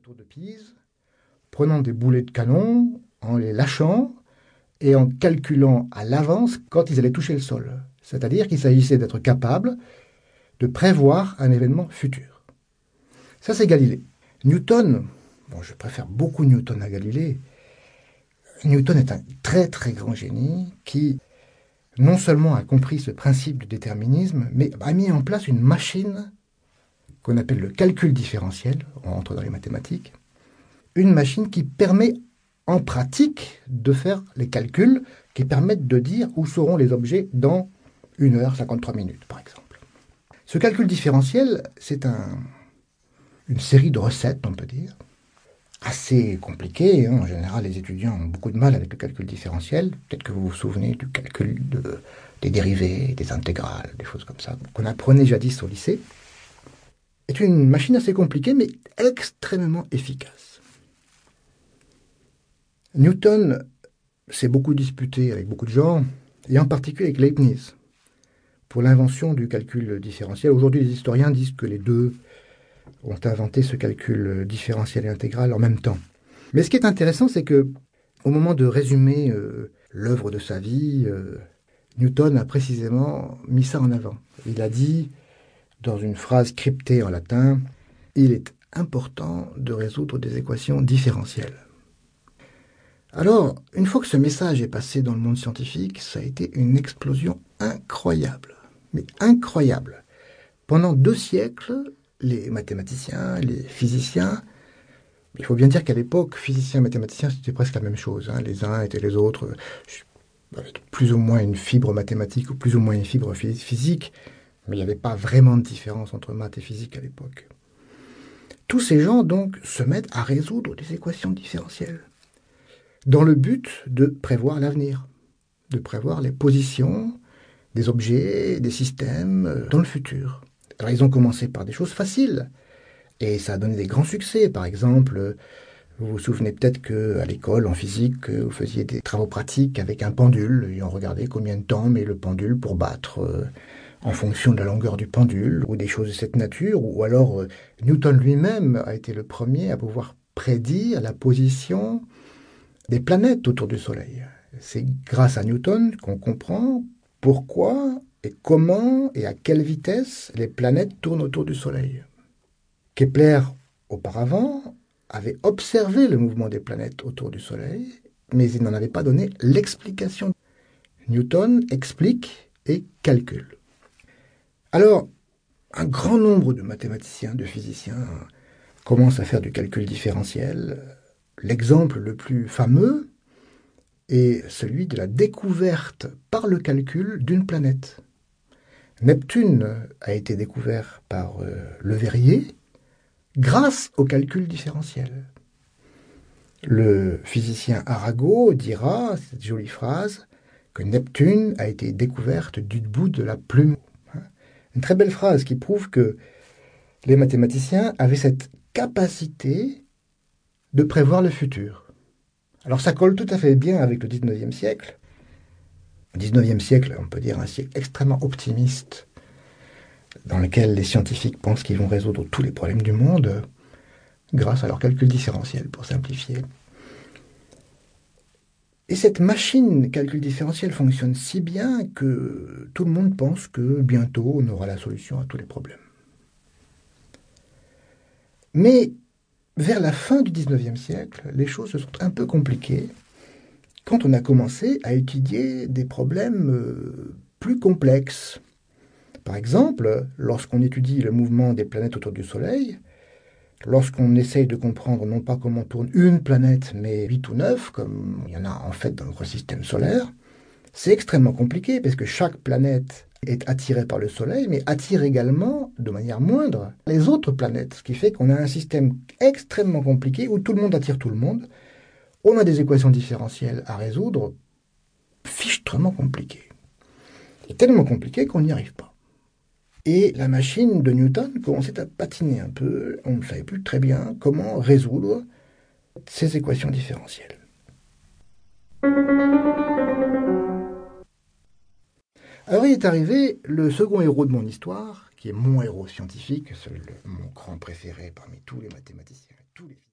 tour de Pise, prenant des boulets de canon, en les lâchant et en calculant à l'avance quand ils allaient toucher le sol. C'est-à-dire qu'il s'agissait d'être capable de prévoir un événement futur. Ça, c'est Galilée. Newton, bon, je préfère beaucoup Newton à Galilée. Newton est un très très grand génie qui non seulement a compris ce principe de déterminisme, mais a mis en place une machine qu'on appelle le calcul différentiel, on rentre dans les mathématiques, une machine qui permet en pratique de faire les calculs qui permettent de dire où seront les objets dans 1h53 par exemple. Ce calcul différentiel, c'est une série de recettes, on peut dire, assez compliquées. En général, les étudiants ont beaucoup de mal avec le calcul différentiel. Peut-être que vous vous souvenez du calcul des dérivées, des intégrales, des choses comme ça, qu'on apprenait jadis au lycée. C'est une machine assez compliquée, mais extrêmement efficace. Newton s'est beaucoup disputé avec beaucoup de gens, et en particulier avec Leibniz, pour l'invention du calcul différentiel. Aujourd'hui, les historiens disent que les deux ont inventé ce calcul différentiel et intégral en même temps. Mais ce qui est intéressant, c'est que au moment de résumer l'œuvre de sa vie, Newton a précisément mis ça en avant. Il a dit, dans une phrase cryptée en latin, « Il est important de résoudre des équations différentielles ». Alors, une fois que ce message est passé dans le monde scientifique, ça a été une explosion incroyable. Mais incroyable. Pendant 2 siècles, les mathématiciens, les physiciens, il faut bien dire qu'à l'époque, physiciens et mathématiciens, c'était presque la même chose. Les uns étaient les autres, avec plus ou moins une fibre mathématique ou plus ou moins une fibre physique, mais il n'y avait pas vraiment de différence entre maths et physique à l'époque. Tous ces gens, donc, se mettent à résoudre des équations différentielles, dans le but de prévoir l'avenir, de prévoir les positions des objets, des systèmes dans le futur. Alors ils ont commencé par des choses faciles, et ça a donné des grands succès. Par exemple, vous vous souvenez peut-être qu'à l'école, en physique, vous faisiez des travaux pratiques avec un pendule, et on regardait combien de temps met le pendule pour battre en fonction de la longueur du pendule, ou des choses de cette nature. Ou alors, Newton lui-même a été le premier à pouvoir prédire la position des planètes autour du Soleil. C'est grâce à Newton qu'on comprend pourquoi et comment et à quelle vitesse les planètes tournent autour du Soleil. Kepler, auparavant, avait observé le mouvement des planètes autour du Soleil, mais il n'en avait pas donné l'explication. Newton explique et calcule. Alors, un grand nombre de mathématiciens, de physiciens commencent à faire du calcul différentiel. L'exemple le plus fameux est celui de la découverte par le calcul d'une planète. Neptune a été découvert par Leverrier grâce au calcul différentiel. Le physicien Arago dira, cette jolie phrase, que Neptune a été découverte du bout de la plume. Une très belle phrase qui prouve que les mathématiciens avaient cette capacité de prévoir le futur. Alors ça colle tout à fait bien avec le 19e siècle. Le 19e siècle, on peut dire un siècle extrêmement optimiste, dans lequel les scientifiques pensent qu'ils vont résoudre tous les problèmes du monde grâce à leur calcul différentiel, pour simplifier. Et cette machine calcul différentiel fonctionne si bien que tout le monde pense que bientôt on aura la solution à tous les problèmes. Mais vers la fin du 19e siècle, les choses se sont un peu compliquées quand on a commencé à étudier des problèmes plus complexes. Par exemple, lorsqu'on étudie le mouvement des planètes autour du Soleil, lorsqu'on essaye de comprendre non pas comment tourne une planète, mais 8 ou 9, comme il y en a en fait dans notre système solaire, c'est extrêmement compliqué parce que chaque planète est attirée par le Soleil, mais attire également, de manière moindre, les autres planètes, ce qui fait qu'on a un système extrêmement compliqué où tout le monde attire tout le monde. On a des équations différentielles à résoudre, fichtrement compliquées. C'est tellement compliqué qu'on n'y arrive pas. Et la machine de Newton commençait à patiner un peu. On ne savait plus très bien comment résoudre ces équations différentielles. Alors il est arrivé le second héros de mon histoire, qui est mon héros scientifique, mon grand préféré parmi tous les mathématiciens, tous les